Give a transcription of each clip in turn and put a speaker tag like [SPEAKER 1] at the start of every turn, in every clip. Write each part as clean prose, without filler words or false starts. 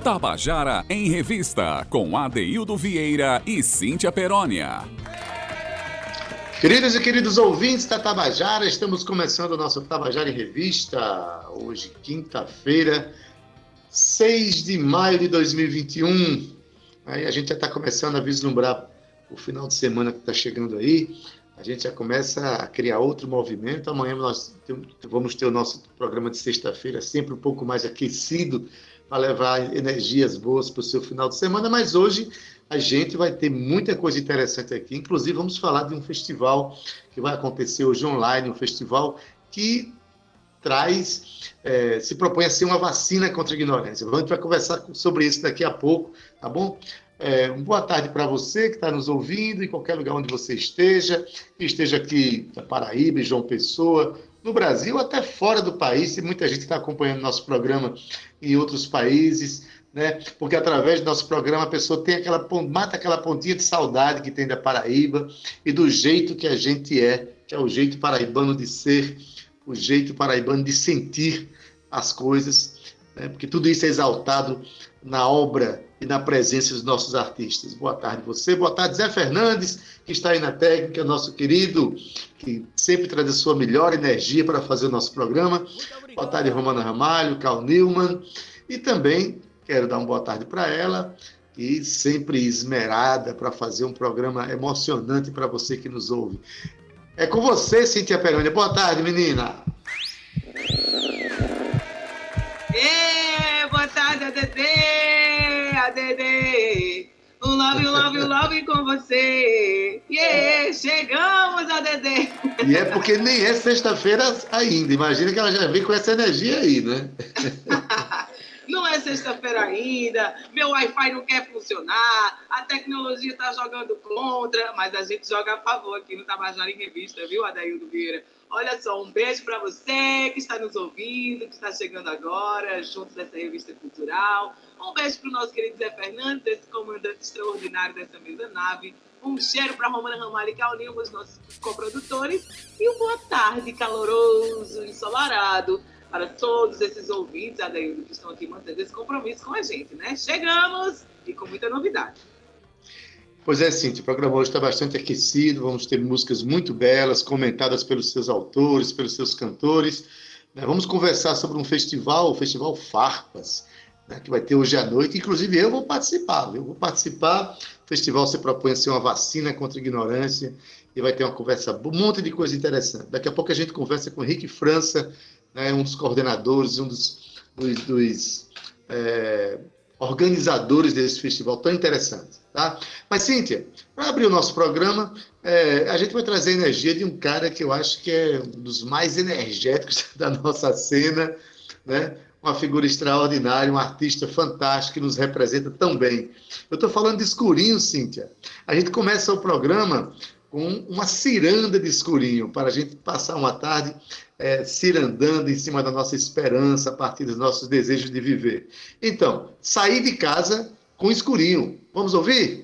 [SPEAKER 1] Tabajara em Revista, com Adeildo Vieira e Cíntia Perônia.
[SPEAKER 2] Queridas e queridos ouvintes da Tabajara, estamos começando o nosso Tabajara em Revista, hoje, quinta-feira, 6 de maio de 2021. Aí a gente já está começando a vislumbrar o final de semana que está chegando aí. A gente já começa a criar outro movimento. Amanhã nós vamos ter o nosso programa de sexta-feira sempre um pouco mais aquecido para levar energias boas para o seu final de semana. Mas hoje a gente vai ter muita coisa interessante aqui. Inclusive vamos falar de um festival que vai acontecer hoje online, um festival que se propõe a ser uma vacina contra a ignorância. A gente vai conversar sobre isso daqui a pouco, tá bom? Boa tarde para você que está nos ouvindo, em qualquer lugar onde você esteja, que esteja aqui na Paraíba, em João Pessoa, no Brasil, até fora do país. Tem muita gente que está acompanhando nosso programa em outros países, né? Porque através do nosso programa a pessoa tem mata aquela pontinha de saudade que tem da Paraíba e do jeito que a gente que é o jeito paraibano de ser, o jeito paraibano de sentir as coisas, né? Porque tudo isso é exaltado na obra e na presença dos nossos artistas. Boa tarde você, boa tarde Zé Fernandes, que está aí na técnica, nosso querido, que sempre traz a sua melhor energia para fazer o nosso programa. Boa tarde Romana Ramalho, Carl Newman, e também quero dar uma boa tarde para ela, e sempre esmerada para fazer um programa emocionante para você que nos ouve. É com você, Cíntia Perônia. Boa tarde, menina.
[SPEAKER 3] Boa tarde, ADD. Love com você. Chegamos, ADD.
[SPEAKER 2] E é porque nem é sexta-feira ainda. Imagina que ela já vem com essa energia aí, né?
[SPEAKER 3] Não é sexta-feira ainda, meu Wi-Fi não quer funcionar, a tecnologia está jogando contra, mas a gente joga a favor aqui no Tabajara em Revista, viu, Adeildo Vieira? Olha só, um beijo para você que está nos ouvindo, que está chegando agora, junto dessa revista cultural. Um beijo para o nosso querido Zé Fernandes, esse comandante extraordinário dessa mesa nave. Um cheiro para Romana Ramalho e Carl Newman, os nossos coprodutores. E uma boa tarde caloroso, ensolarado, para todos esses ouvintes, Adeildo, que estão aqui mantendo esse compromisso com a gente, né? Chegamos e com muita novidade.
[SPEAKER 2] Pois é, Cíntia, o programa hoje está bastante aquecido, vamos ter músicas muito belas, comentadas pelos seus autores, pelos seus cantores. Vamos conversar sobre um festival, o Festival Farpas, né, que vai ter hoje à noite. Inclusive eu vou participar. O festival se propõe a ser uma vacina contra a ignorância e vai ter uma conversa, um monte de coisa interessante. Daqui a pouco a gente conversa com o Henrique França, né, um dos coordenadores, um dos organizadores desse festival tão interessante. Tá? Mas, Cíntia, para abrir o nosso programa, a gente vai trazer a energia de um cara que eu acho que é um dos mais energéticos da nossa cena, né? Uma figura extraordinária, um artista fantástico que nos representa tão bem. Eu estou falando de Escurinho, Cíntia. A gente começa o programa com uma ciranda de Escurinho, para a gente passar uma tarde cirandando em cima da nossa esperança, a partir dos nossos desejos de viver. Então, sair de casa com Escurinho. Vamos ouvir?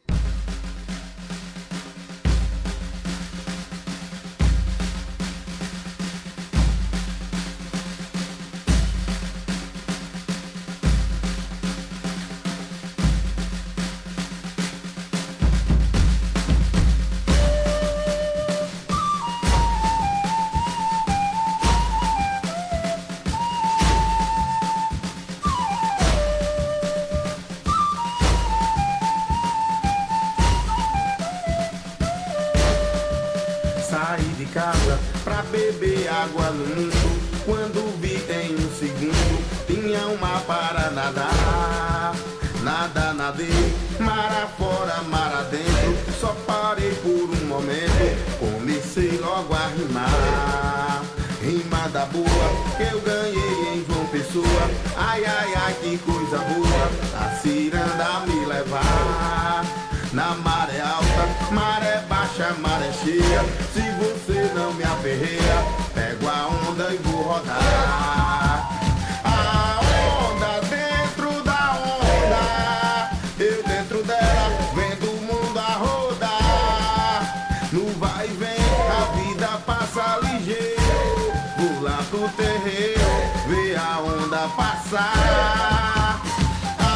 [SPEAKER 4] Se você não me aperreia, pego a onda e vou rodar. A onda dentro da onda, eu dentro dela, vendo o mundo a rodar. No vai e vem, a vida passa ligeiro. Vou lá pro terreiro, ver a onda passar.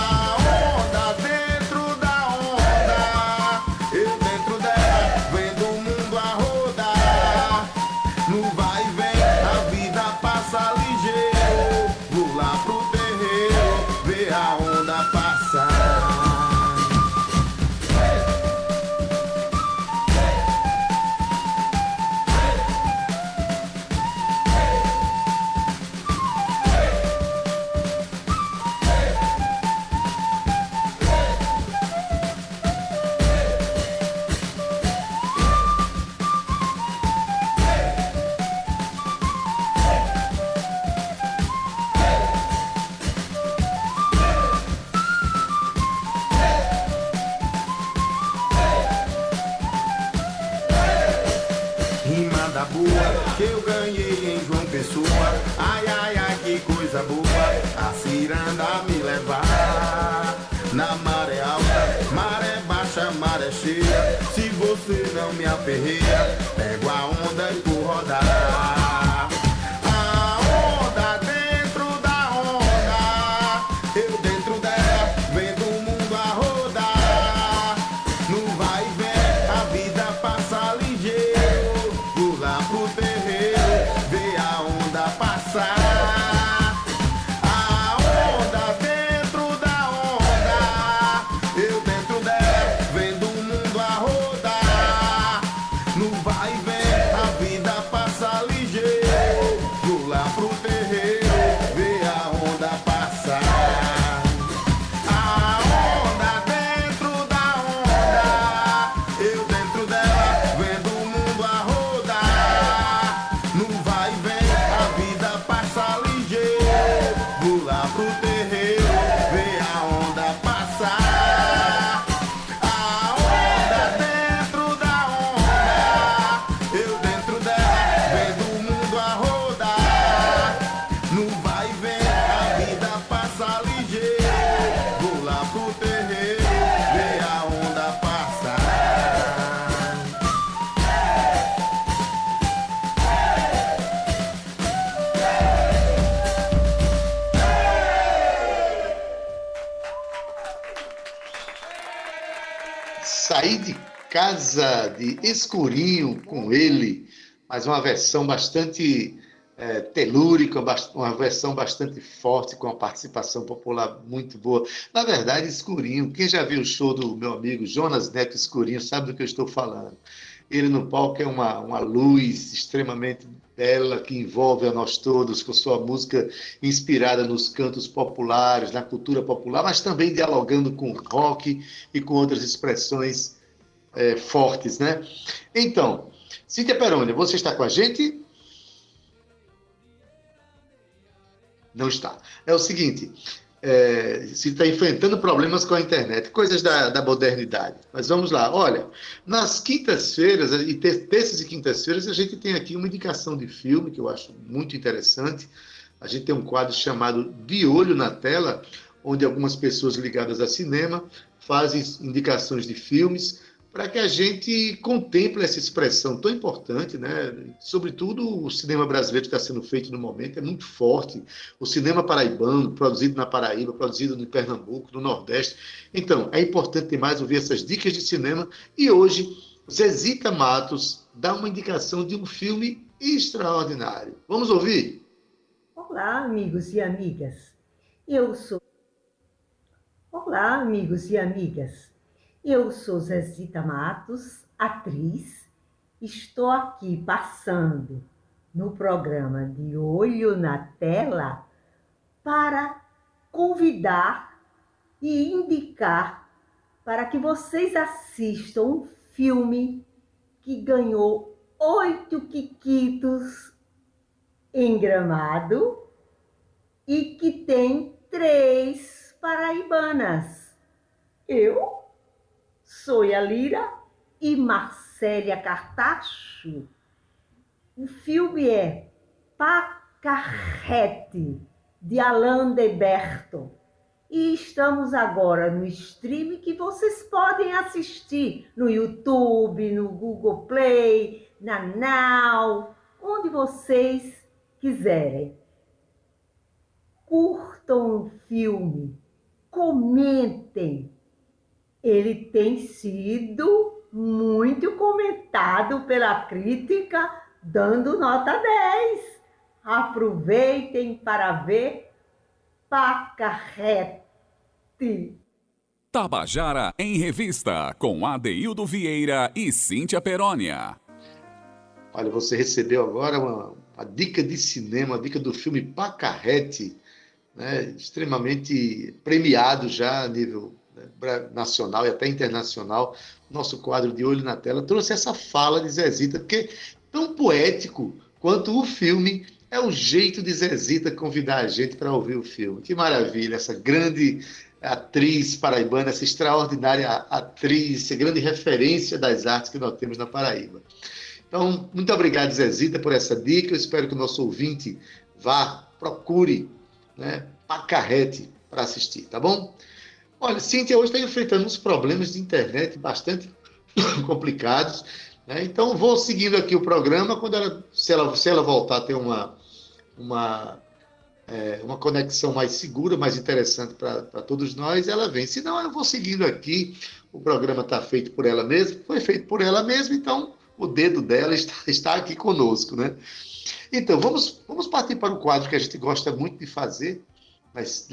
[SPEAKER 4] banda boa que eu ganhei em João Pessoa. Ai, ai, ai, que coisa boa, a ciranda me levar. Na maré alta, maré baixa, maré cheia, se você não me aperreia, pego a onda e vou rodar. A onda dentro da onda, eu dentro dela, vendo o mundo a rodar. No vai e vem, a vida passa ligeiro, vou lá pro terreiro, ver a onda passar.
[SPEAKER 2] Saí de Casa de Escurinho com ele, mas uma versão bastante telúrica, uma versão bastante forte, com a participação popular muito boa. Na verdade, Escurinho, quem já viu o show do meu amigo Jonas Neto Escurinho sabe do que eu estou falando. Ele no palco é uma luz extremamente bela que envolve a nós todos, com sua música inspirada nos cantos populares, na cultura popular, mas também dialogando com rock e com outras expressões fortes, né? Então, Cíntia Peroni, você está com a gente? Não está. É o seguinte, se está enfrentando problemas com a internet, coisas da modernidade. Mas vamos lá. Olha, nas quintas-feiras, e terças e quintas-feiras, a gente tem aqui uma indicação de filme que eu acho muito interessante. A gente tem um quadro chamado De Olho na Tela, onde algumas pessoas ligadas a cinema fazem indicações de filmes para que a gente contemple essa expressão tão importante, né? Sobretudo o cinema brasileiro que está sendo feito no momento é muito forte. O cinema paraibano, produzido na Paraíba, produzido no Pernambuco, no Nordeste. Então, é importante demais ouvir essas dicas de cinema. E hoje, Zezita Matos dá uma indicação de um filme extraordinário. Vamos ouvir?
[SPEAKER 5] Olá, amigos e amigas. Olá, amigos e amigas. Eu sou Zezita Matos, atriz. Estou aqui passando no programa De Olho na Tela para convidar e indicar para que vocês assistam um filme que ganhou 8 quiquitos em Gramado e que tem 3 paraibanas. Eu sou a Lira e Marcélia Cartacho. O filme é Pacarrete, de Alain de Berto. E estamos agora no stream que vocês podem assistir no YouTube, no Google Play, na Now, onde vocês quiserem. Curtam o filme, comentem. Ele tem sido muito comentado pela crítica, dando nota 10. Aproveitem para ver Pacarrete.
[SPEAKER 1] Tabajara em Revista, com Adeildo Vieira e Cíntia Perônia.
[SPEAKER 2] Olha, você recebeu agora uma dica de cinema, uma dica do filme Pacarrete, né, extremamente premiado já a nível nacional e até internacional. Nosso quadro De Olho na Tela trouxe essa fala de Zezita, porque tão poético quanto o filme é o jeito de Zezita convidar a gente para ouvir o filme. Que maravilha, essa grande atriz paraibana, essa extraordinária atriz, essa grande referência das artes que nós temos na Paraíba. Então, muito obrigado, Zezita, por essa dica. Eu espero que o nosso ouvinte vá, procure, né, acarrete para assistir, tá bom? Olha, Cíntia hoje está enfrentando uns problemas de internet bastante complicados, né? Então, vou seguindo aqui o programa. Se ela voltar a ter uma conexão mais segura, mais interessante para todos nós, ela vem. Senão, eu vou seguindo aqui. O programa está feito por ela mesma, foi feito por ela mesma, então o dedo dela está aqui conosco, né? Então, vamos partir para o quadro que a gente gosta muito de fazer, mas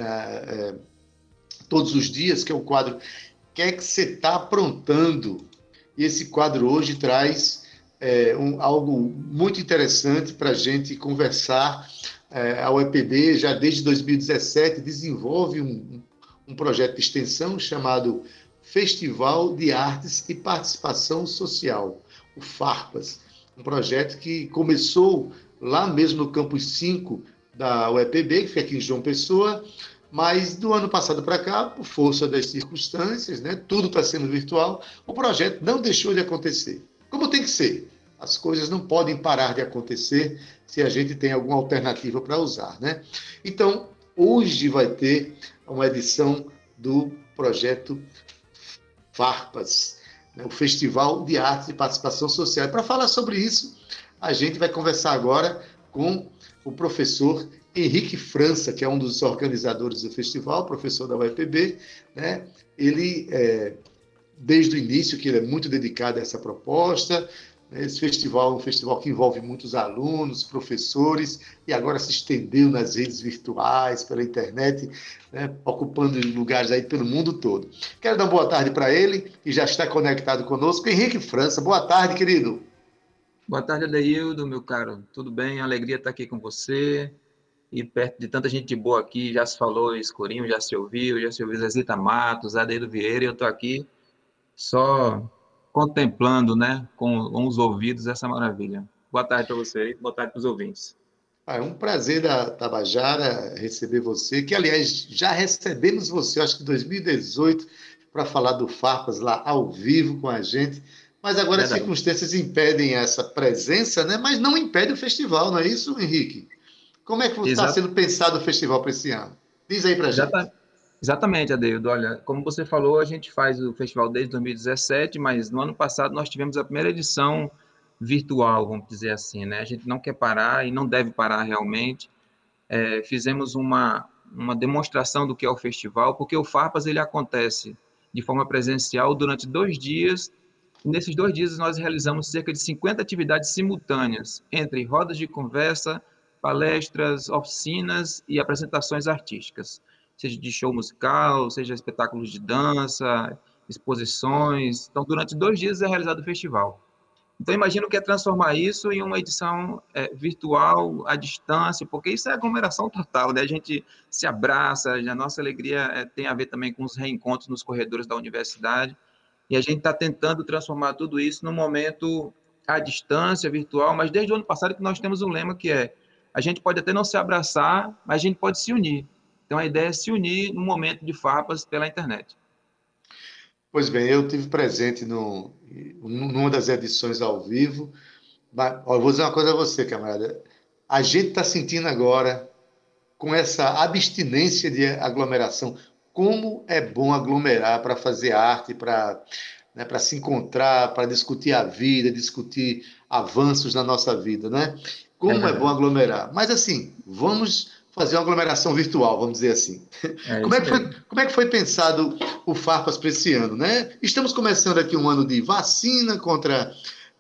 [SPEAKER 2] todos os dias, que é o quadro O que é que você está aprontando? E esse quadro hoje traz algo muito interessante para a gente conversar. A UEPB, já desde 2017, desenvolve um projeto de extensão chamado Festival de Artes e Participação Social, o FARPAS, um projeto que começou lá mesmo no Campus 5 da UEPB, que fica aqui em João Pessoa, mas do ano passado para cá, por força das circunstâncias, né, tudo está sendo virtual, o projeto não deixou de acontecer. Como tem que ser? As coisas não podem parar de acontecer se a gente tem alguma alternativa para usar, né? Então, hoje vai ter uma edição do projeto FARPAS, né, o Festival de Artes e Participação Social. E para falar sobre isso, a gente vai conversar agora com o professor Henrique França, que é um dos organizadores do festival, professor da UEPB, né? Ele, desde o início, que ele é muito dedicado a essa proposta. Esse festival é um festival que envolve muitos alunos, professores, e agora se estendeu nas redes virtuais, pela internet, né, ocupando lugares aí pelo mundo todo. Quero dar uma boa tarde para ele, que já está conectado conosco. Henrique França, boa tarde, querido.
[SPEAKER 6] Boa tarde, Adeildo, meu caro. Tudo bem? Alegria estar aqui com você. E perto de tanta gente boa aqui, já se falou Escurinho, já se ouviu Zezita Matos, Adeildo Vieira, e eu estou aqui só contemplando, né, com os ouvidos essa maravilha. Boa tarde para você, boa tarde para os ouvintes.
[SPEAKER 2] É um prazer da Tabajara receber você, que, aliás, já recebemos você, acho que em 2018, para falar do FARPAS lá ao vivo com a gente, mas agora as circunstâncias impedem essa presença, né? Mas não impede o festival, não é isso, Henrique? Como é que está sendo pensado o festival para esse ano? Diz aí para a gente.
[SPEAKER 6] Exatamente, Adeildo. Olha, como você falou, a gente faz o festival desde 2017, mas no ano passado nós tivemos a primeira edição virtual, vamos dizer assim, né? A gente não quer parar e não deve parar realmente. Fizemos uma demonstração do que é o festival, porque o FARPAS ele acontece de forma presencial durante 2 dias. E nesses 2 dias nós realizamos cerca de 50 atividades simultâneas, entre rodas de conversa, palestras, oficinas e apresentações artísticas, seja de show musical, seja espetáculos de dança, exposições. Então, durante 2 dias é realizado o festival. Então, imagino que é transformar isso em uma edição virtual, à distância, porque isso é aglomeração total, né? A gente se abraça, a nossa alegria tem a ver também com os reencontros nos corredores da universidade, e a gente está tentando transformar tudo isso num momento à distância, virtual, mas desde o ano passado que nós temos um lema que a gente pode até não se abraçar, mas a gente pode se unir. Então, a ideia é se unir no momento de FARPAS pela internet.
[SPEAKER 2] Pois bem, eu tive presente numa das edições ao vivo. Mas, eu vou dizer uma coisa a você, camarada. A gente está sentindo agora, com essa abstinência de aglomeração, como é bom aglomerar para fazer arte, para se encontrar, para discutir a vida, discutir avanços na nossa vida, né? Como é bom aglomerar. Mas, assim, vamos fazer uma aglomeração virtual, vamos dizer assim. Como é que foi pensado o FARPAS para esse ano, né? Estamos começando aqui um ano de vacina contra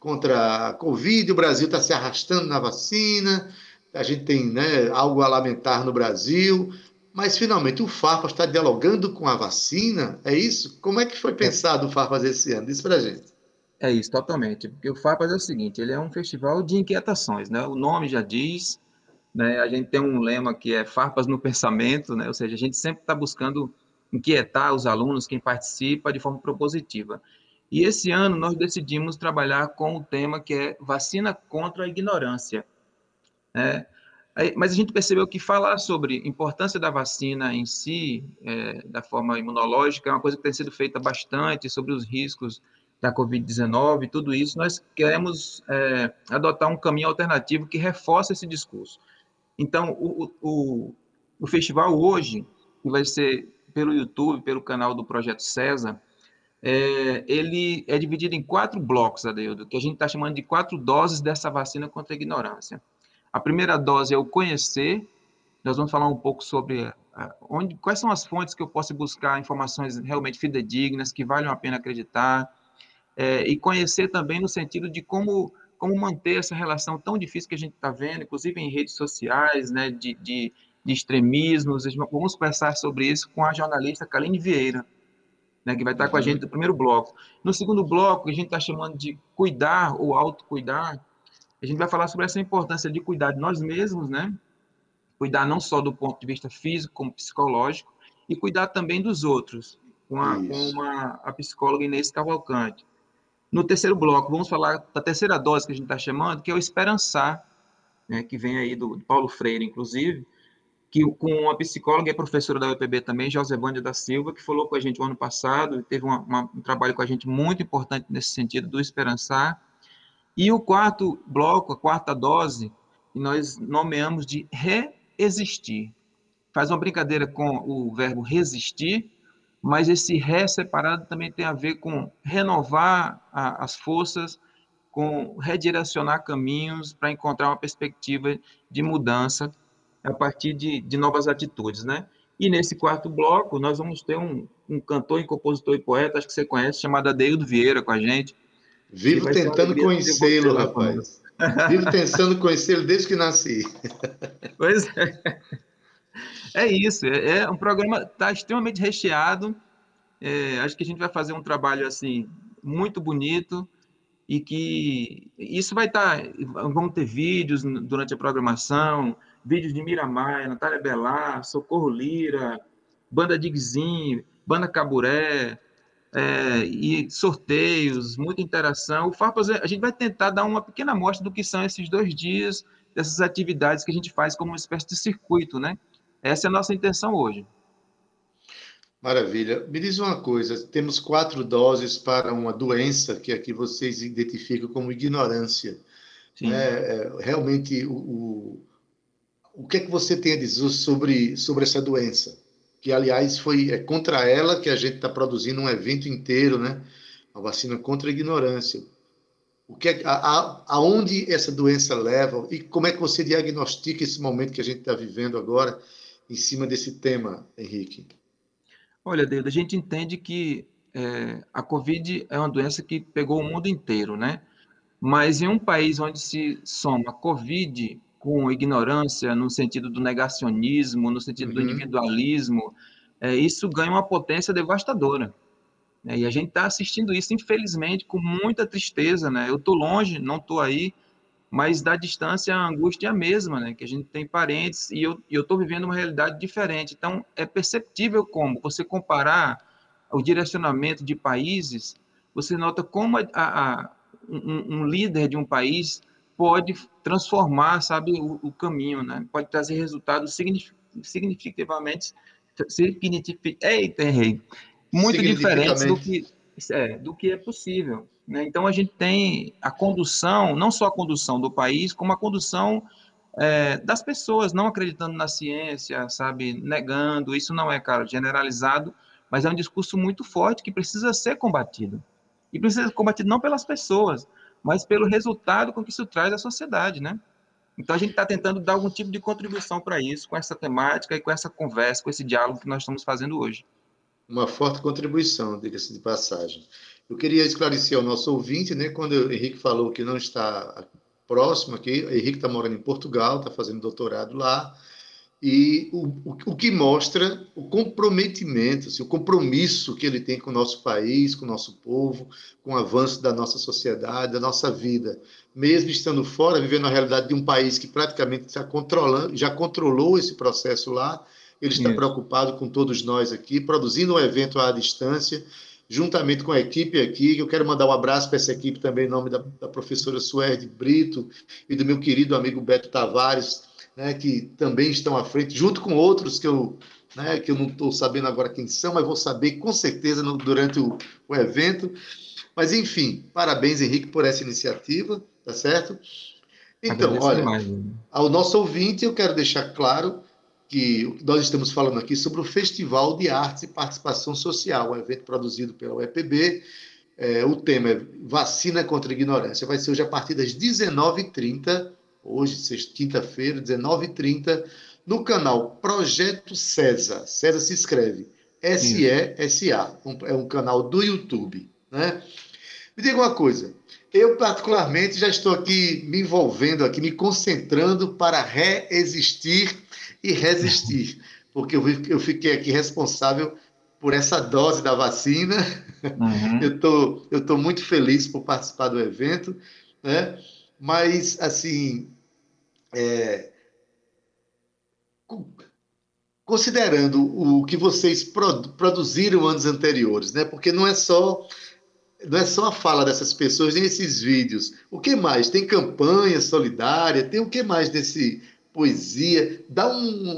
[SPEAKER 2] a Covid, o Brasil está se arrastando na vacina, a gente tem, né, algo a lamentar no Brasil, mas finalmente o FARPAS está dialogando com a vacina, é isso? Como é que foi pensado o FARPAS esse ano? Diz para a gente.
[SPEAKER 6] É isso, totalmente. Porque o FARPAS é o seguinte, ele é um festival de inquietações, né? O nome já diz, né? A gente tem um lema que é FARPAS no pensamento, né? Ou seja, a gente sempre está buscando inquietar os alunos, quem participa, de forma propositiva. E esse ano nós decidimos trabalhar com o tema que é vacina contra a ignorância, né? Mas a gente percebeu que falar sobre a importância da vacina em si, da forma imunológica, é uma coisa que tem sido feita bastante, sobre os riscos da Covid-19, tudo isso, nós queremos adotar um caminho alternativo que reforce esse discurso. Então, o festival hoje, que vai ser pelo YouTube, pelo canal do Projeto César, ele é dividido em 4 blocos, Adeildo, que a gente está chamando de 4 doses dessa vacina contra a ignorância. A primeira dose é o conhecer. Nós vamos falar um pouco sobre quais são as fontes que eu posso buscar informações realmente fidedignas, que valham a pena acreditar, e conhecer também no sentido de como manter essa relação tão difícil que a gente está vendo, inclusive em redes sociais, né, de extremismos. Vamos conversar sobre isso com a jornalista Kaline Vieira, né, que vai estar com a gente no primeiro bloco. No segundo bloco, que a gente está chamando de cuidar ou autocuidar, a gente vai falar sobre essa importância de cuidar de nós mesmos, né? Cuidar não só do ponto de vista físico, como psicológico, e cuidar também dos outros, com a psicóloga Inês Cavalcante. No terceiro bloco, vamos falar da terceira dose que a gente está chamando, que é o esperançar, né, que vem aí do Paulo Freire, inclusive, que com a psicóloga e professora da UEPB também, Josevânia da Silva, que falou com a gente o ano passado, teve um trabalho com a gente muito importante nesse sentido do esperançar. E o quarto bloco, a quarta dose, que nós nomeamos de reexistir. Faz uma brincadeira com o verbo resistir, mas esse ré separado também tem a ver com renovar as forças, com redirecionar caminhos para encontrar uma perspectiva de mudança a partir de novas atitudes, né? E nesse quarto bloco, nós vamos ter um cantor, compositor e poeta, acho que você conhece, chamado Adeildo Vieira, com a gente.
[SPEAKER 2] Vivo tentando conhecê-lo, rapaz. Vivo tentando conhecê-lo desde que nasci.
[SPEAKER 6] Pois é. É isso, um programa que está extremamente recheado. Acho que a gente vai fazer um trabalho assim muito bonito e que isso vai estar. Vão ter vídeos durante a programação, vídeos de Miramar, Natália Belar, Socorro Lira, Banda Digzinho, Banda Caburé, e sorteios, muita interação. O Farpas, a gente vai tentar dar uma pequena amostra do que são esses 2 dias, dessas atividades que a gente faz como uma espécie de circuito, né? Essa é a nossa intenção hoje.
[SPEAKER 2] Maravilha. Me diz uma coisa, temos 4 doses para uma doença que aqui vocês identificam como ignorância.
[SPEAKER 6] Sim.
[SPEAKER 2] Realmente, o que é que você tem a dizer sobre essa doença? Que, aliás, é contra ela que a gente está produzindo um evento inteiro, né? A vacina contra a ignorância. Aonde essa doença leva e como é que você diagnostica esse momento que a gente está vivendo agora em cima desse tema, Henrique?
[SPEAKER 6] Olha, Deildo, a gente entende que a Covid é uma doença que pegou o mundo inteiro, né? Mas em um país onde se soma Covid com ignorância, no sentido do negacionismo, no sentido do individualismo, isso ganha uma potência devastadora. E a gente está assistindo isso, infelizmente, com muita tristeza, né? Eu estou longe, não estou aí, mas da distância a angústia é a mesma, né? Que a gente tem parentes e eu estou vivendo uma realidade diferente. Então, é perceptível como você comparar o direcionamento de países, você nota como um líder de um país pode transformar, sabe, o caminho, né? Pode trazer resultados significativamente muito diferentes do que é possível, né? Então, a gente tem a condução, não só a condução do país, como a condução das pessoas não acreditando na ciência, sabe, negando. Isso não é, cara, generalizado, mas é um discurso muito forte que precisa ser combatido. E precisa ser combatido não pelas pessoas, mas pelo resultado com que isso traz à sociedade, né? Então, a gente está tentando dar algum tipo de contribuição para isso, com essa temática e com essa conversa, com esse diálogo que nós estamos fazendo hoje.
[SPEAKER 2] Uma forte contribuição, diga-se de passagem. Eu queria esclarecer ao nosso ouvinte, né, quando o Henrique falou que não está próximo aqui, o Henrique está morando em Portugal, está fazendo doutorado lá, e o que mostra o comprometimento, assim, o compromisso que ele tem com o nosso país, com o nosso povo, com o avanço da nossa sociedade, da nossa vida. Mesmo estando fora, vivendo a realidade de um país que praticamente já controlou esse processo lá, ele está preocupado com todos nós aqui, produzindo um evento à distância, juntamente com a equipe aqui. Eu quero mandar um abraço para essa equipe também, em nome da professora Suerde Brito e do meu querido amigo Beto Tavares, né, que também estão à frente, junto com outros que eu não estou sabendo agora quem são, mas vou saber com certeza durante o evento. Mas, enfim, parabéns, Henrique, por essa iniciativa, tá certo? Então,
[SPEAKER 6] Agradeço
[SPEAKER 2] olha,
[SPEAKER 6] demais.
[SPEAKER 2] ao nosso ouvinte, eu quero deixar claro que nós estamos falando aqui sobre o Festival de Artes e Participação Social, um evento produzido pela UEPB. O tema é Vacina contra a Ignorância. Vai ser hoje a partir das 19h30, hoje, quinta-feira, 19h30, no canal Projeto César. César se escreve S-E-S-A. É um canal do YouTube, né? Me diga uma coisa. Eu, particularmente, já estou aqui me envolvendo, aqui, me concentrando para reexistir e resistir, porque eu fiquei aqui responsável por essa dose da vacina.
[SPEAKER 6] Uhum.
[SPEAKER 2] Eu tô muito feliz por participar do evento, né? Mas, assim, considerando o que vocês produziram anos anteriores, né? Porque não é só a fala dessas pessoas, nem esses vídeos. O que mais? Tem campanha solidária, tem o que mais desse poesia? Dá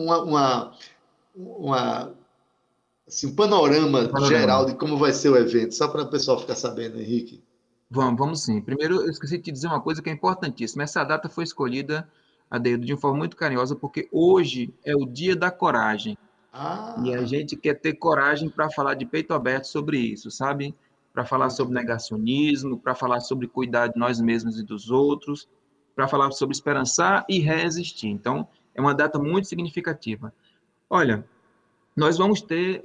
[SPEAKER 2] assim, um panorama geral de como vai ser o evento, só para o pessoal ficar sabendo, Henrique.
[SPEAKER 6] Vamos sim. Primeiro, eu esqueci de te dizer uma coisa que é importantíssima. Essa data foi escolhida, Adeildo, de uma forma muito carinhosa, porque hoje é o Dia da Coragem. E a gente quer ter coragem para falar de peito aberto sobre isso, sabe? Para falar sobre negacionismo, para falar sobre cuidar de nós mesmos e dos outros, para falar sobre esperançar e resistir. Então, é uma data muito significativa. Olha, nós vamos ter...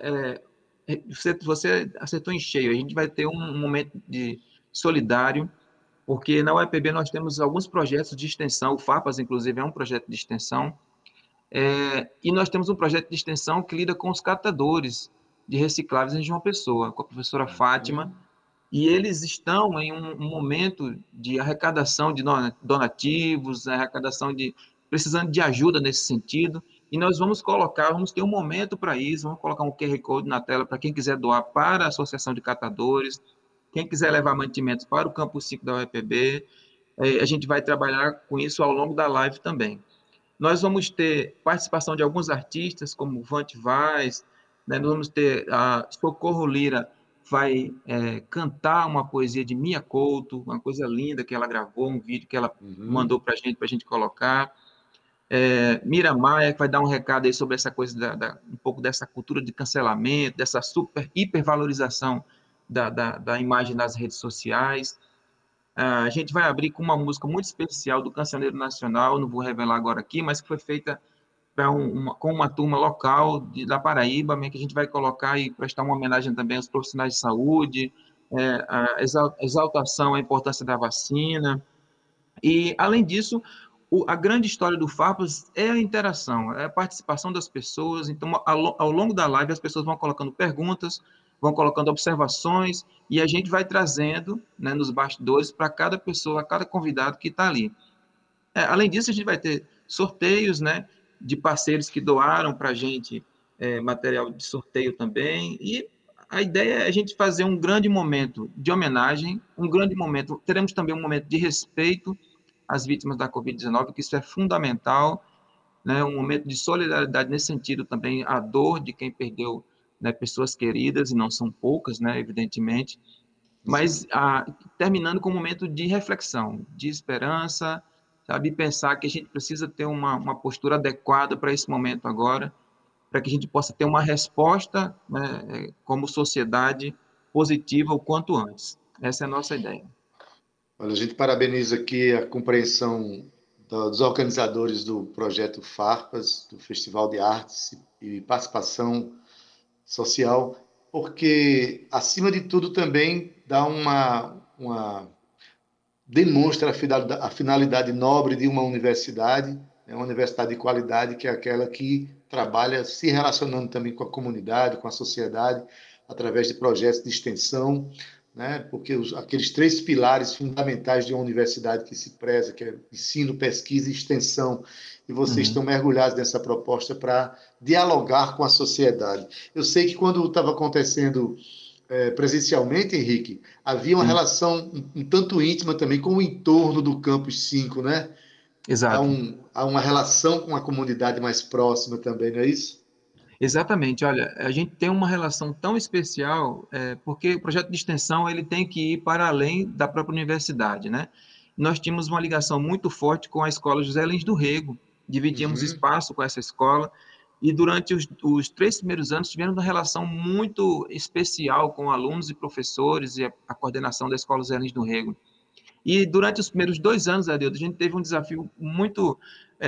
[SPEAKER 6] você acertou em cheio. A gente vai ter um momento de solidário, porque na UEPB nós temos alguns projetos de extensão, o FAPAS, inclusive, é um projeto de extensão, e nós temos um projeto de extensão que lida com os catadores de recicláveis em João Pessoa, com a professora Fátima, e eles estão em um momento de arrecadação de donativos, precisando de ajuda nesse sentido, e nós vamos ter um momento para isso, vamos colocar um QR Code na tela para quem quiser doar para a Associação de Catadores, quem quiser levar mantimentos para o Campus 5 da UEPB, a gente vai trabalhar com isso ao longo da live também. Nós vamos ter participação de alguns artistas, como Vante Vaz, né? Nós vamos ter a Socorro Lira, vai cantar uma poesia de Mia Couto, uma coisa linda que ela gravou, um vídeo que ela mandou para a gente colocar. Mira Maia, que vai dar um recado aí sobre essa coisa, um pouco dessa cultura de cancelamento, dessa hipervalorização da imagem nas redes sociais. A gente vai abrir com uma música muito especial do Cancioneiro Nacional, não vou revelar agora aqui, mas que foi feita com uma turma local da Paraíba, que a gente vai colocar e prestar uma homenagem também aos profissionais de saúde, a exaltação à importância da vacina. E, além disso, a grande história do FAPAS é a interação, é a participação das pessoas. Então, ao longo da live, as pessoas vão colocando perguntas, vão colocando observações, e a gente vai trazendo, né, nos bastidores para cada pessoa, cada convidado que está ali. Além disso, a gente vai ter sorteios, né, de parceiros que doaram para a gente material de sorteio também, e a ideia é a gente fazer um grande momento de homenagem, teremos também um momento de respeito às vítimas da Covid-19, que isso é fundamental, né, um momento de solidariedade nesse sentido também, a dor de quem perdeu, né, pessoas queridas, e não são poucas, né, evidentemente, mas terminando com um momento de reflexão, de esperança, sabe, pensar que a gente precisa ter uma postura adequada para esse momento agora, para que a gente possa ter uma resposta, né, como sociedade positiva o quanto antes. Essa é a nossa ideia.
[SPEAKER 2] Olha, a gente parabeniza aqui a compreensão dos organizadores do projeto FARPAS, do Festival de Artes e Participação Social, porque, acima de tudo, também dá demonstra a finalidade nobre de uma universidade, uma universidade de qualidade, que é aquela que trabalha se relacionando também com a comunidade, com a sociedade, através de projetos de extensão, né? Porque aqueles 3 pilares fundamentais de uma universidade que se preza, que é ensino, pesquisa e extensão, e vocês estão mergulhados nessa proposta para dialogar com a sociedade. Eu sei que quando estava acontecendo presencialmente, Henrique, havia uma relação um tanto íntima também com o entorno do Campus 5, né?
[SPEAKER 6] Exato.
[SPEAKER 2] Há uma relação com a comunidade mais próxima também, não é isso?
[SPEAKER 6] Exatamente. Olha, a gente tem uma relação tão especial, porque o projeto de extensão ele tem que ir para além da própria universidade, né? Nós tínhamos uma ligação muito forte com a Escola José Lins do Rego, dividíamos
[SPEAKER 2] Uhum.
[SPEAKER 6] espaço com essa escola, e durante os 3 primeiros anos tivemos uma relação muito especial com alunos e professores e a coordenação da Escola José Lins do Rego. E durante os primeiros 2 anos, Adildo, a gente teve um desafio muito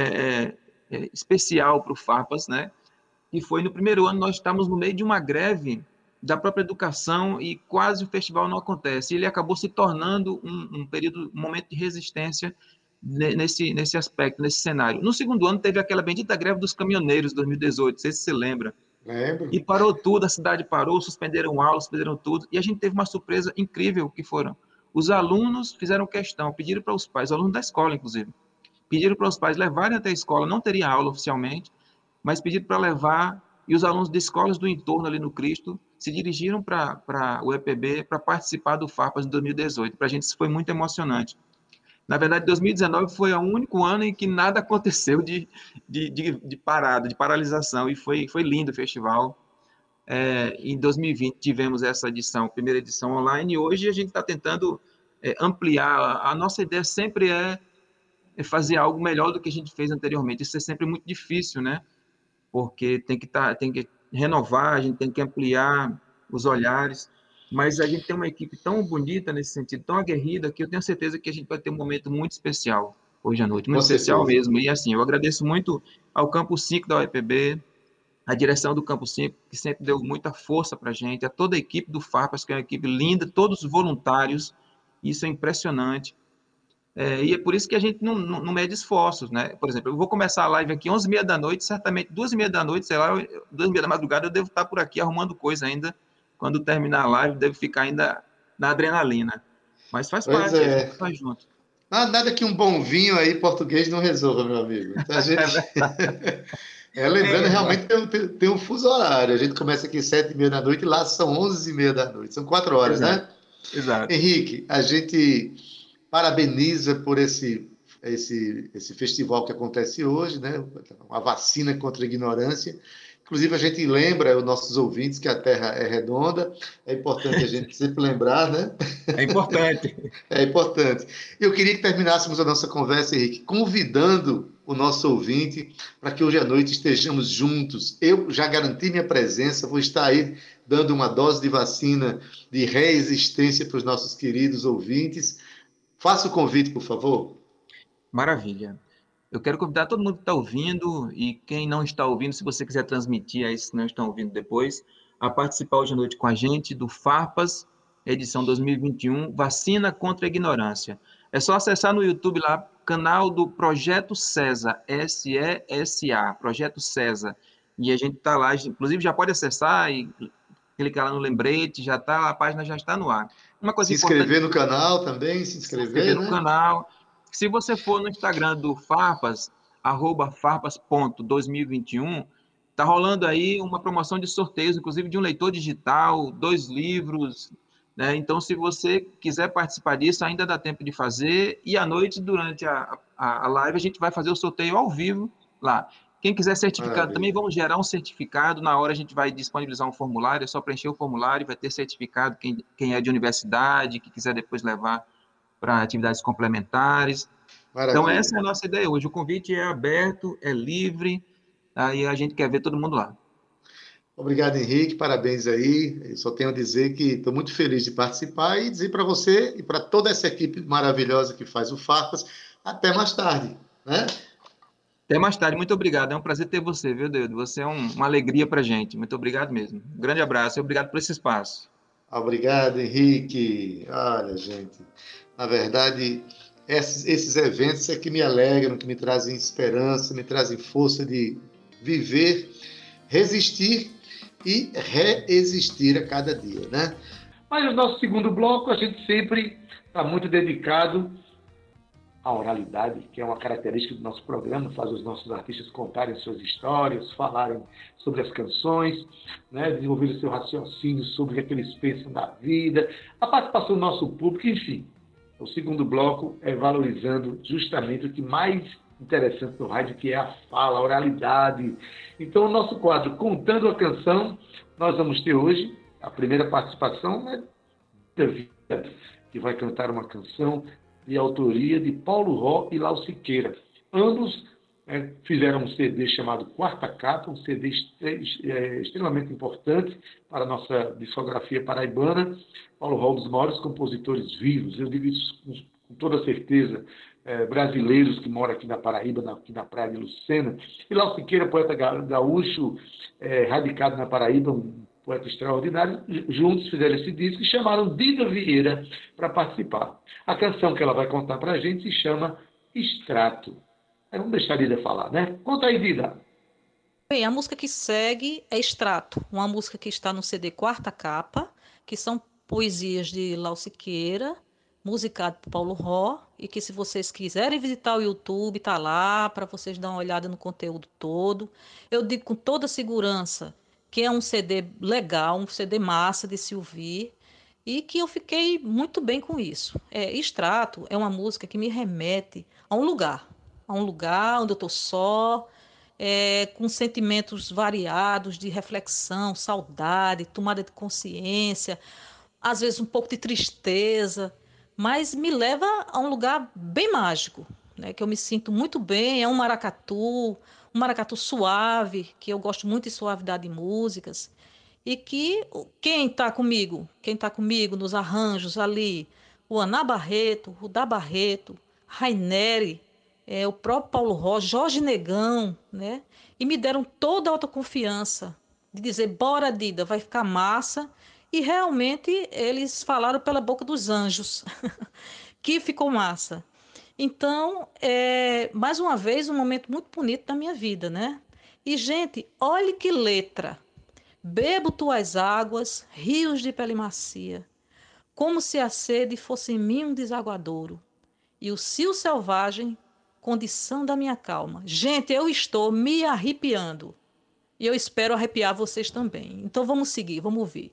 [SPEAKER 6] especial para o FAPAS, né? E foi no primeiro ano, nós estávamos no meio de uma greve da própria educação e quase o festival não acontece. Ele acabou se tornando um momento de resistência nesse aspecto, nesse cenário. No segundo ano, teve aquela bendita greve dos caminhoneiros, 2018, não sei se você lembra.
[SPEAKER 2] Lembro.
[SPEAKER 6] E parou tudo, a cidade parou, suspenderam aulas, suspenderam tudo, e a gente teve uma surpresa incrível, que foram os alunos fizeram questão, pediram para os pais, alunos da escola, inclusive, pediram para os pais levarem até a escola, não teria aula oficialmente, mas pediram para levar, e os alunos de escolas do entorno ali no Cristo se dirigiram para o EPB para participar do FAPAS em 2018. Para a gente isso foi muito emocionante. Na verdade, 2019 foi o único ano em que nada aconteceu de parada, de paralisação, e foi lindo o festival. Em 2020 tivemos essa edição, primeira edição online, e hoje a gente está tentando ampliar. A nossa ideia sempre é fazer algo melhor do que a gente fez anteriormente. Isso é sempre muito difícil, né? Porque tem que renovar, a gente tem que ampliar os olhares, mas a gente tem uma equipe tão bonita nesse sentido, tão aguerrida, que eu tenho certeza que a gente vai ter um momento muito especial hoje à noite, muito especial mesmo. E assim, eu agradeço muito ao Campo 5 da UEPB, a direção do Campo 5, que sempre deu muita força para a gente, a toda a equipe do FAPAS, que é uma equipe linda, todos os voluntários, isso é impressionante. E é por isso que a gente não mede esforços, né? Por exemplo, eu vou começar a live aqui 11h30 da noite, certamente 2h30 da noite, sei lá, 2h30 da madrugada, eu devo estar por aqui arrumando coisa ainda. Quando terminar a live, devo ficar ainda na adrenalina. Mas faz parte, a gente faz junto.
[SPEAKER 2] Nada que um bom vinho aí português não resolva, meu amigo. Então, a gente... lembrando, realmente tem um fuso horário. A gente começa aqui 7h30 da noite e lá são 11h30 da noite. São 4 horas,
[SPEAKER 6] Exato.
[SPEAKER 2] Né?
[SPEAKER 6] Exato.
[SPEAKER 2] Henrique, a gente parabeniza por esse festival que acontece hoje, né? Uma vacina contra a ignorância. Inclusive, a gente lembra os nossos ouvintes que a Terra é redonda. É importante a gente sempre lembrar, né?
[SPEAKER 6] É importante.
[SPEAKER 2] É importante. Eu queria que terminássemos a nossa conversa, Henrique, convidando o nosso ouvinte para que hoje à noite estejamos juntos. Eu já garanti minha presença, vou estar aí dando uma dose de vacina de resistência para os nossos queridos ouvintes. Faça o convite, por favor.
[SPEAKER 6] Maravilha. Eu quero convidar todo mundo que está ouvindo e quem não está ouvindo, se você quiser transmitir a esses que não estão ouvindo depois, a participar hoje à noite com a gente do FAPAS, edição 2021, Vacina contra a Ignorância. É só acessar no YouTube lá, canal do Projeto César, SESA, Projeto César. E a gente está lá, inclusive já pode acessar e clicar lá no lembrete, já tá, a página já está no ar. Uma coisa
[SPEAKER 2] se inscrever no canal também, se inscrever
[SPEAKER 6] no canal. Se você for no Instagram do Farpas, @farpas.2021, tá rolando aí uma promoção de sorteios, inclusive de um leitor digital, 2 livros, né? Então, se você quiser participar disso, ainda dá tempo de fazer. E à noite, durante a live, a gente vai fazer o sorteio ao vivo lá. Quem quiser certificado também, vamos gerar um certificado. Na hora a gente vai disponibilizar um formulário, é só preencher o formulário, vai ter certificado, quem é de universidade, que quiser depois levar para atividades complementares. Maravilha. Então, essa é a nossa ideia hoje. O convite é aberto, é livre, e a gente quer ver todo mundo lá.
[SPEAKER 2] Obrigado, Henrique. Parabéns aí. Eu só tenho a dizer que estou muito feliz de participar e dizer para você e para toda essa equipe maravilhosa que faz o Farpas, até mais tarde, né?
[SPEAKER 6] Até mais tarde. Muito obrigado. É um prazer ter você, viu, Deus? Você é uma alegria para a gente. Muito obrigado mesmo. Um grande abraço e obrigado por esse espaço.
[SPEAKER 2] Obrigado, Henrique. Olha, gente, na verdade, esses eventos é que me alegram, que me trazem esperança, me trazem força de viver, resistir e reexistir a cada dia, né? Mas no nosso segundo bloco, a gente sempre está muito dedicado à oralidade, que é uma característica do nosso programa, faz os nossos artistas contarem suas histórias, falarem sobre as canções, né, desenvolver o seu raciocínio sobre o que eles pensam da vida, a participação do nosso público, enfim. O segundo bloco é valorizando justamente o que mais interessante no rádio, que é a fala, a oralidade. Então, o nosso quadro Contando a Canção, nós vamos ter hoje a primeira participação, né, que vai cantar uma canção de autoria de Paulo Ró e Lau Siqueira. Ambos fizeram um CD chamado Quarta Capa, um CD extremamente importante para a nossa discografia paraibana. Paulo Ró, um dos maiores compositores vivos, eu digo isso com toda certeza, brasileiros que moram aqui na Paraíba, aqui na Praia de Lucena. E Lau Siqueira, poeta gaúcho, radicado na Paraíba, um poeta extraordinário. Juntos fizeram esse disco e chamaram Dida Vieira para participar. A canção que ela vai contar para a gente se chama Extrato. Vamos deixar a Dida falar, né? Conta aí, Dida.
[SPEAKER 7] Bem, a música que segue é Extrato, uma música que está no CD Quarta Capa, que são poesias de Lau Siqueira, musicado por Paulo Ró, e que se vocês quiserem visitar o YouTube, tá lá para vocês dar uma olhada no conteúdo todo. Eu digo com toda segurança que é um CD legal, um CD massa de se ouvir, e que eu fiquei muito bem com isso. Extrato é uma música que me remete a um lugar onde eu estou só, com sentimentos variados de reflexão, saudade, tomada de consciência, às vezes um pouco de tristeza, mas me leva a um lugar bem mágico, né, que eu me sinto muito bem. É um maracatu suave, que eu gosto muito de suavidade de músicas, e que quem está comigo nos arranjos ali, o Aná Barreto, o Dá Barreto, Raineri, o próprio Paulo Ró, Jorge Negão, né? E me deram toda a autoconfiança de dizer, bora Dida, vai ficar massa. E realmente eles falaram pela boca dos anjos, que ficou massa. Então, mais uma vez, um momento muito bonito da minha vida, né? E, gente, olhe que letra. Bebo tuas águas, rios de pele macia, como se a sede fosse em mim um desaguadouro, e o cio selvagem, condição da minha calma. Gente, eu estou me arrepiando. E eu espero arrepiar vocês também. Então vamos seguir, vamos ouvir.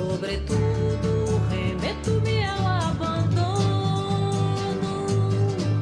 [SPEAKER 8] Sobretudo, remeto-me ao abandono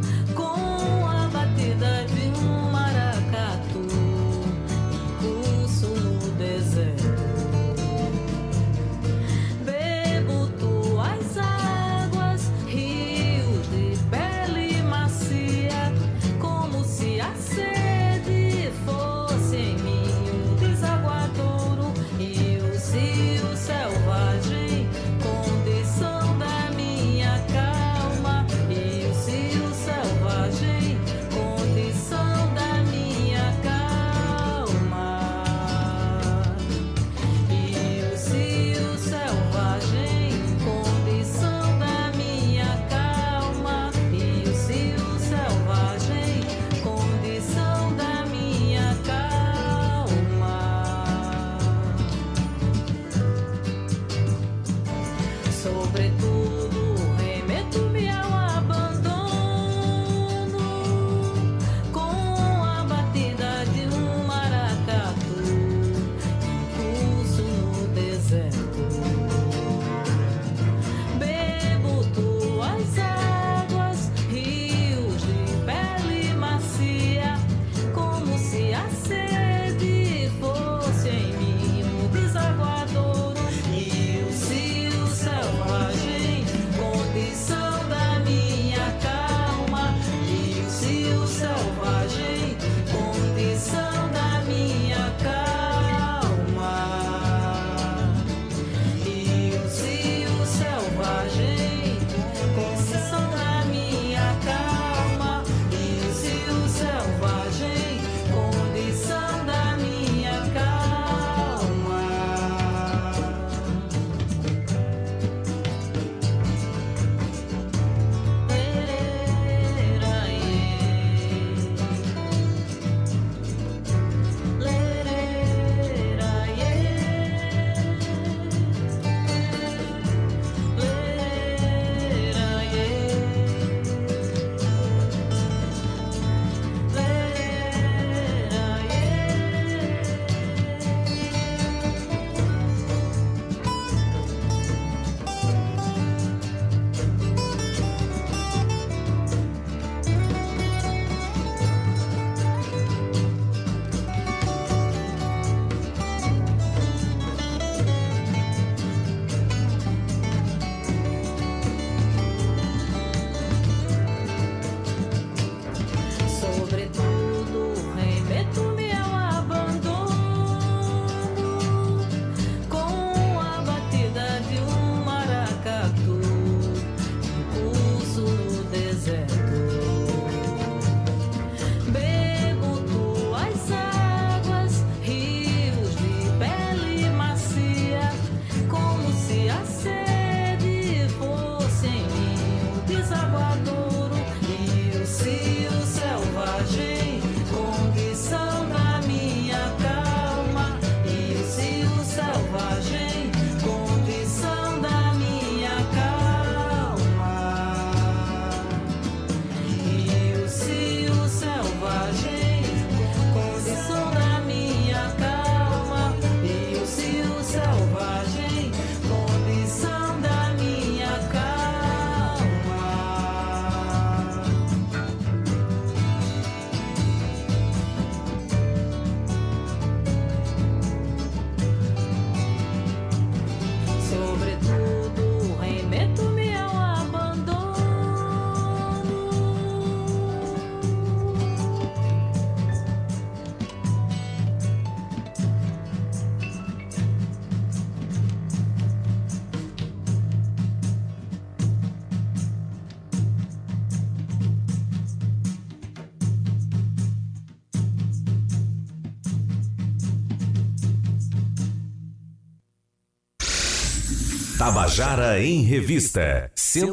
[SPEAKER 8] Tabajara em Revista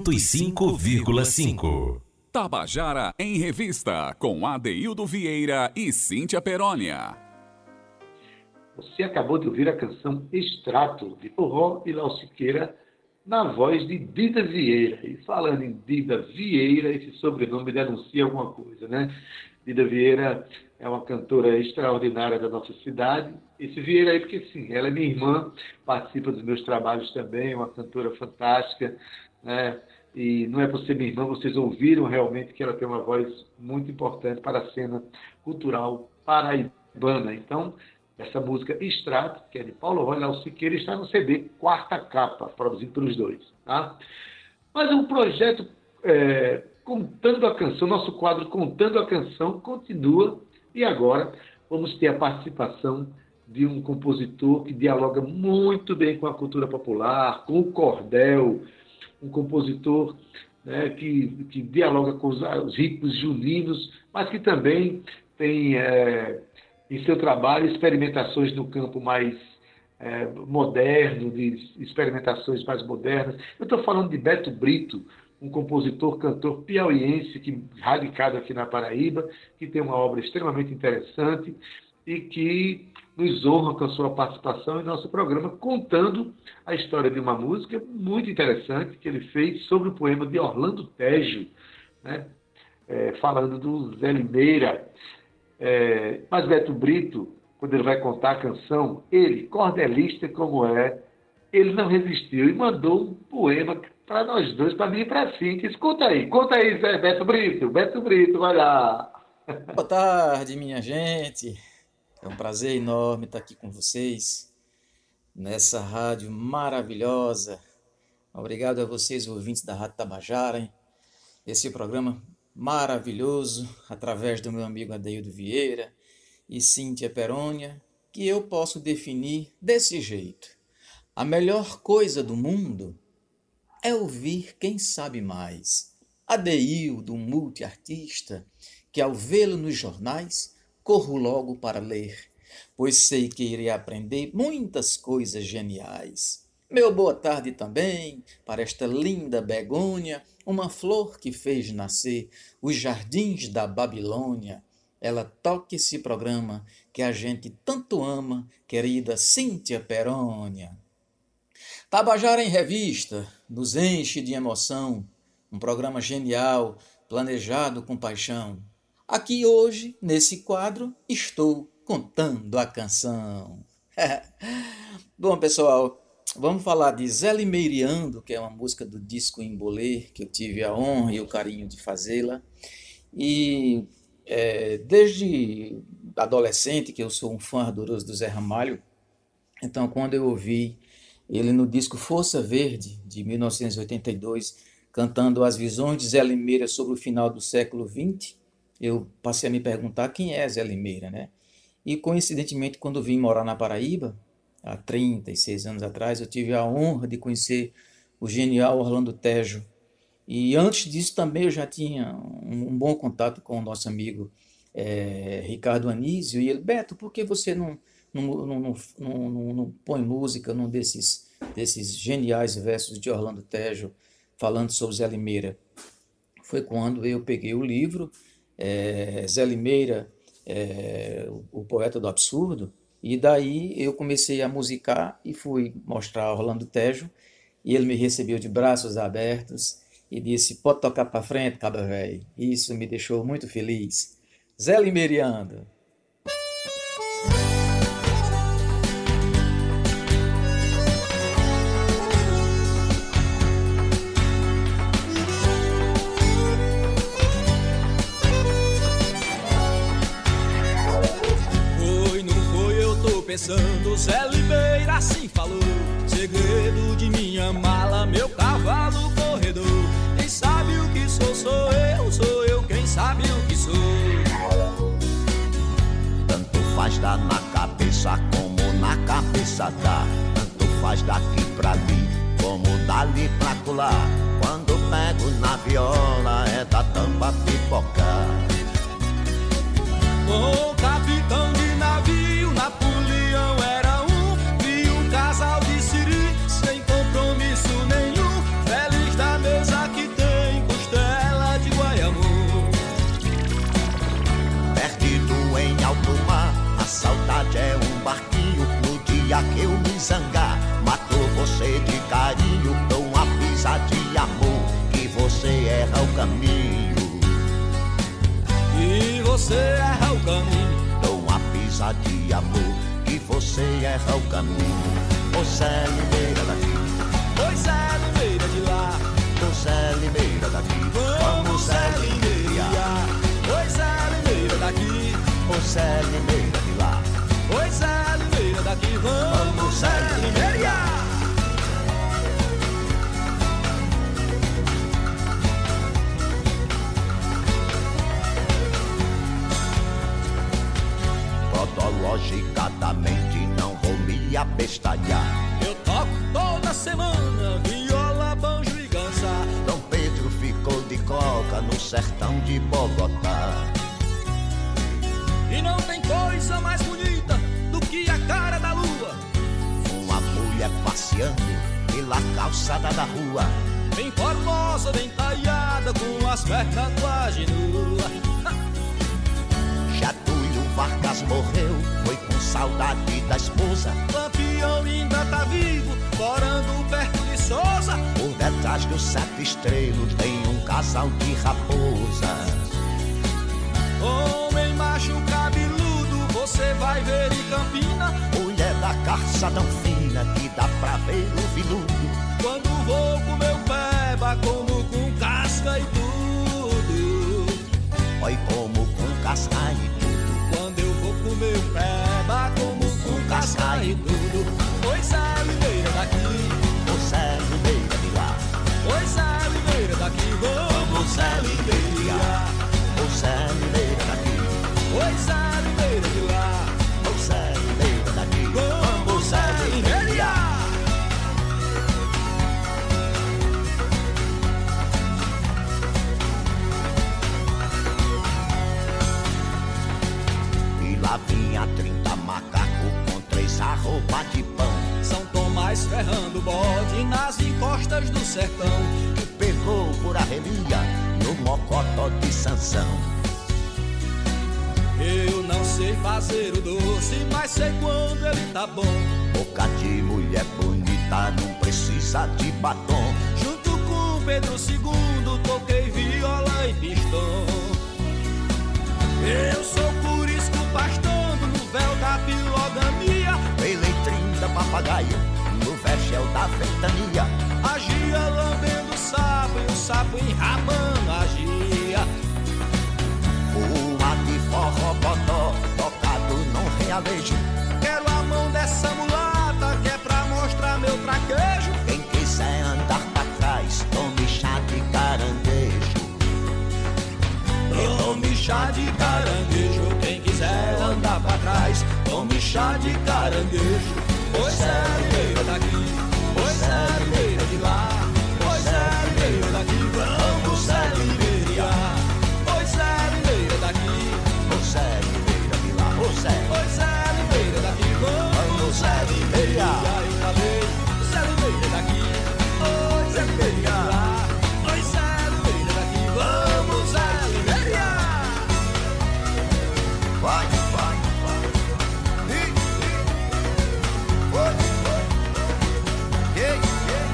[SPEAKER 8] 105,5.
[SPEAKER 1] Tabajara em Revista, com Adeildo Vieira e Cíntia Perônia.
[SPEAKER 2] Você acabou de ouvir a canção Extrato, de Forró e Léo Siqueira, na voz de Dida Vieira. E falando em Dida Vieira, esse sobrenome denuncia alguma coisa, né? Dida Vieira é uma cantora extraordinária da nossa cidade. Esse Vieira aí, porque sim, ela é minha irmã, participa dos meus trabalhos também, é uma cantora fantástica, né? E não é por ser minha irmã, vocês ouviram realmente que ela tem uma voz muito importante para a cena cultural paraibana. Então, essa música Extrato, que é de Paulo Ró e Léo Siqueira, está no CD Quarta Capa, produzido pelos dois. Tá? Mas o projeto Contando a Canção, nosso quadro Contando a Canção, continua. E agora vamos ter a participação de um compositor que dialoga muito bem com a cultura popular, com o cordel, um compositor, né, que dialoga com os ritmos juninos, mas que também tem em seu trabalho experimentações no campo mais moderno, de experimentações mais modernas. Eu estou falando de Beto Brito, um compositor, cantor piauiense, radicado aqui na Paraíba, que tem uma obra extremamente interessante e que nos honra com a sua participação em nosso programa, contando a história de uma música muito interessante que ele fez sobre o poema de Orlando Tejo, né? Falando do Zé Limeira. Mas Beto Brito, quando ele vai contar a canção, ele, cordelista como ele não resistiu e mandou um poema para nós dois, para mim e para a Cíntia. Conta aí, Zé Beto Brito, vai lá.
[SPEAKER 9] Boa tarde, minha gente. É um prazer enorme estar aqui com vocês, nessa rádio maravilhosa. Obrigado a vocês, ouvintes da Rádio Tabajara, hein? Esse programa maravilhoso, através do meu amigo Adeildo Vieira e Cíntia Perônia, que eu posso definir desse jeito. A melhor coisa do mundo é ouvir quem sabe mais. Adeildo, um multiartista, que ao vê-lo nos jornais, corro logo para ler, pois sei que irei aprender muitas coisas geniais. Meu boa tarde também para esta linda begônia, uma flor que fez nascer os jardins da Babilônia. Ela toca esse programa que a gente tanto ama, querida Cíntia Perônia. Tabajara em Revista nos enche de emoção, um programa genial, planejado com paixão. Aqui hoje, nesse quadro, estou contando a canção. Bom, pessoal, vamos falar de Zé Limeiriando, que é uma música do disco Embolê, que eu tive a honra e o carinho de fazê-la. E desde adolescente, que eu sou um fã ardoroso do Zé Ramalho, então quando eu ouvi ele no disco Força Verde, de 1982, cantando as visões de Zé Limeira sobre o final do século XX, eu passei a me perguntar quem é Zé Limeira, né? E, coincidentemente, quando vim morar na Paraíba, há 36 anos atrás, eu tive a honra de conhecer o genial Orlando Tejo. E antes disso também eu já tinha um bom contato com o nosso amigo Ricardo Anísio. E ele, Beto, por que você não põe música num desses geniais versos de Orlando Tejo falando sobre Zé Limeira? Foi quando eu peguei o livro Zé Limeira, o poeta do absurdo, e daí eu comecei a musicar e fui mostrar a Orlando Tejo, e ele me recebeu de braços abertos e disse, pode tocar para frente, cabra velho. Isso me deixou muito feliz. Zé Limeiriando.
[SPEAKER 10] Pensando, Zé Limeira assim falou, segredo de minha mala, meu cavalo corredor. Quem sabe o que sou eu quem sabe o que sou.
[SPEAKER 11] Tanto faz dar na cabeça como na cabeça dá. Tanto faz daqui pra ali como dali pra colar. Quando pego na viola é da tampa pipocar.
[SPEAKER 10] O capitão de navio, Napoleão era vi um casal de siri sem compromisso você erra o caminho.
[SPEAKER 11] Dou uma pisa de amor que você erra o caminho. Ô Zé Limeira daqui,
[SPEAKER 10] Oi, Zé Limeira de lá.
[SPEAKER 11] ô Zé Limeira daqui,
[SPEAKER 10] Vamos, Zé Limeira. Oi, Zé Limeira daqui.
[SPEAKER 11] ô Zé Limeira de lá.
[SPEAKER 10] Oi, Zé Limeira daqui. Vamos, Zé Limeira.
[SPEAKER 11] Logicamente não vou me abestalhar.
[SPEAKER 10] Eu toco toda semana viola, banjo e ganza.
[SPEAKER 11] Dom Pedro ficou de coca no sertão de Bogotá.
[SPEAKER 10] E não tem coisa mais bonita do que a cara da lua.
[SPEAKER 11] Uma mulher passeando pela calçada da rua,
[SPEAKER 10] Bem formosa, bem talhada, com as pernas quase nuas.
[SPEAKER 11] Getúlio Vargas morreu, foi com saudade da esposa.
[SPEAKER 10] Lampião ainda tá vivo, morando perto de Souza.
[SPEAKER 11] Por detrás dos 7 estrelos tem um casal de raposas.
[SPEAKER 10] Homem macho cabeludo, você vai ver em Campina.
[SPEAKER 11] Mulher da calçadão fina que dá pra ver o viludo.
[SPEAKER 10] Quando vou comer o peba, como com casca e tudo.
[SPEAKER 11] Oi, como com casca e tudo.
[SPEAKER 10] Quando eu vou comer o peba, como com casca e tudo. Oi, Zé Limeira daqui.
[SPEAKER 11] Ô Zé Limeira de lá.
[SPEAKER 10] Oi, Zé Limeira daqui. Vamos, Zé Limeira.
[SPEAKER 11] Ô Zé Limeira daqui.
[SPEAKER 10] Oi, Zé Limeira de lá.
[SPEAKER 11] Ô Zé Limeira daqui.
[SPEAKER 10] Vamos, Zé Limeira.
[SPEAKER 11] E lá vinha 30 macacos com 3 arroba de pão.
[SPEAKER 10] São Tomás ferrando o bode nas encostas do sertão.
[SPEAKER 11] Que pegou por arrelia no mocotó de Sansão.
[SPEAKER 10] Eu não sei fazer o doce, mas sei quando ele tá bom.
[SPEAKER 11] Boca de mulher bonita não precisa de batom.
[SPEAKER 10] Junto com Pedro II toquei viola e pistão. Eu sou curisco pastando no véu da pilogamia.
[SPEAKER 11] Pelei 30 papagaio no vergel da ventania.
[SPEAKER 10] A gia lambendo o sapo e o sapo enrabando a gia.
[SPEAKER 11] Uma de forró botó, tocado num realejo.
[SPEAKER 10] Quero a mão dessa mulata que é pra mostrar meu traquejo.
[SPEAKER 11] Quem quiser andar pra trás, tome chá de caranguejo.
[SPEAKER 10] Tome chá de caranguejo. Quem quiser andar pra trás, tome chá de caranguejo. Oi, Zé Limeira daqui. Oi, Zé Limeira de lá. Oi, Zé Limeira daqui. Vamos, Zé Limeira. Oi, Zé Limeira daqui.
[SPEAKER 11] Ô Zé Limeira de lá, ô Zé.
[SPEAKER 10] Oi, Zé Limeira daqui. Vamos, Zé Limeira. Eu falei, Zé Limeira daqui. Oi, Zé Limeira de lá. Oi, Zé Limeira daqui. Vamos, Zé Limeira.
[SPEAKER 11] Vai, vai, vai. Vai, vai. Yeah, yeah.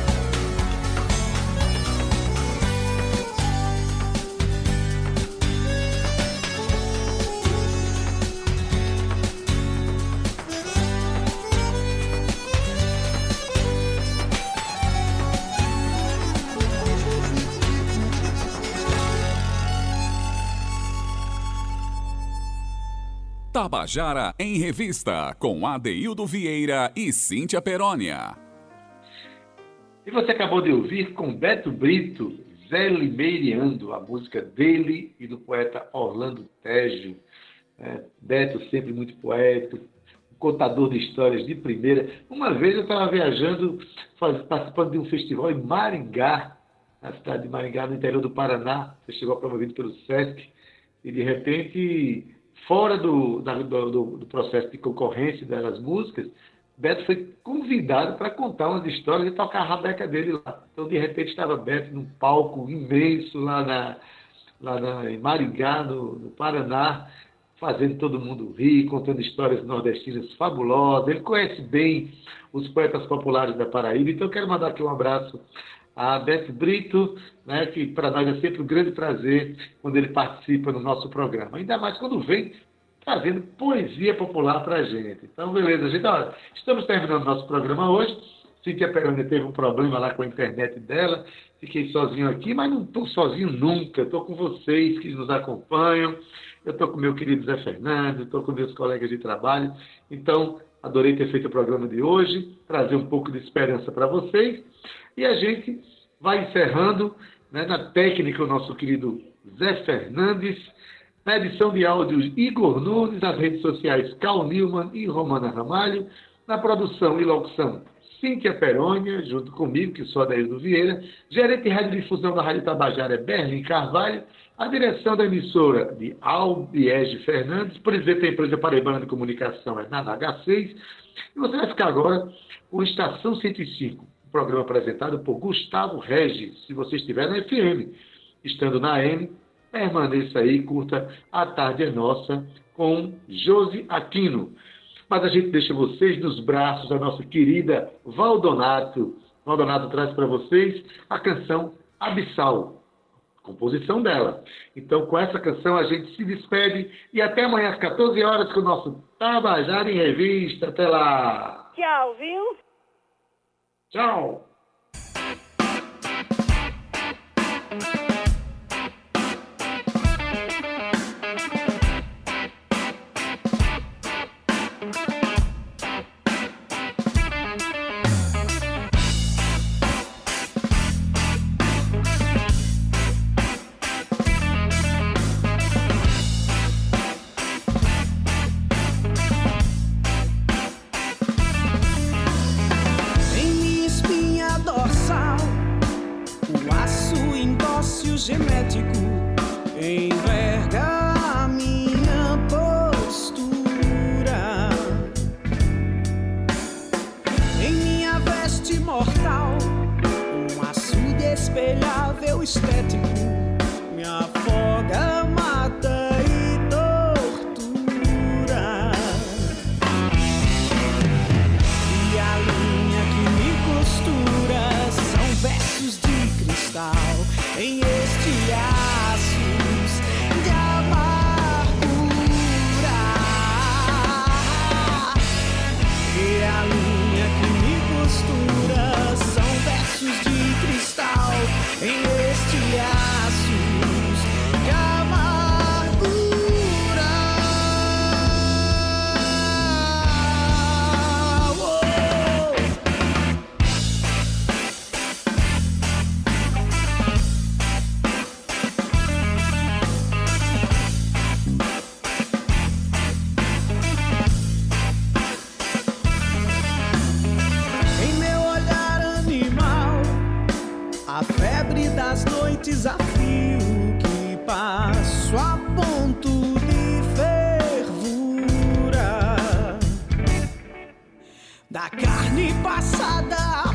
[SPEAKER 1] Tabajara em Revista, com Adeildo Vieira e Cíntia Perônia.
[SPEAKER 2] E você acabou de ouvir com Beto Brito, Zé Limeiriando, a música dele e do poeta Orlando Tejo. Beto sempre muito poeta, contador de histórias de primeira. Uma vez eu estava viajando, participando de um festival em Maringá, na cidade de Maringá, no interior do Paraná, festival promovido pelo SESC, e de repente, fora do processo de concorrência das músicas, Beto foi convidado para contar umas histórias e tocar a rabeca dele lá. Então, de repente, estava Beto num palco imenso lá em Maringá, no Paraná, fazendo todo mundo rir, contando histórias nordestinas fabulosas. Ele conhece bem os poetas populares da Paraíba. Então, eu quero mandar aqui um abraço a Beth Brito, né, que para nós é sempre um grande prazer quando ele participa no nosso programa. Ainda mais quando vem trazendo poesia popular para a gente. Então, beleza, gente. Olha, estamos terminando nosso programa hoje. Cíntia Peroni teve um problema lá com a internet dela. Fiquei sozinho aqui, mas não estou sozinho nunca. Estou com vocês que nos acompanham. Eu estou com meu querido Zé Fernando, estou com meus colegas de trabalho. Então, adorei ter feito o programa de hoje, trazer um pouco de esperança para vocês. E a gente vai encerrando, né, na técnica o nosso querido Zé Fernandes, na edição de áudios Igor Nunes, nas redes sociais Carl Newman e Romana Ramalho, na produção e locução Cíntia Perônia, junto comigo, que sou Adaildo Vieira, gerente de radiodifusão da Rádio Tabajara é Berlim Carvalho, a direção da emissora de Albiege Fernandes, presidente da empresa Paraibana de Comunicação é Nana H6, e você vai ficar agora com Estação 105, um programa apresentado por Gustavo Regis. Se você estiver na FM, estando na AM, permaneça aí, curta A Tarde é Nossa com Josi Aquino. Mas a gente deixa vocês nos braços da nossa querida Valdonato. Valdonato traz para vocês a canção Abissal, composição dela. Então, com essa canção, a gente se despede e até amanhã às 14 horas com o nosso Tabajara em Revista. Até lá!
[SPEAKER 12] Tchau, viu?
[SPEAKER 2] Tchau!
[SPEAKER 10] Genético enverga a minha postura. Em minha veste mortal, um açude espelhável estético me afoga, mata e tortura. E a linha que me costura são versos de cristal em estiaços de amargura. E a linha que me costura são versos de cristal em estiaços de amargura. Desafio que passo a ponto de fervura da carne passada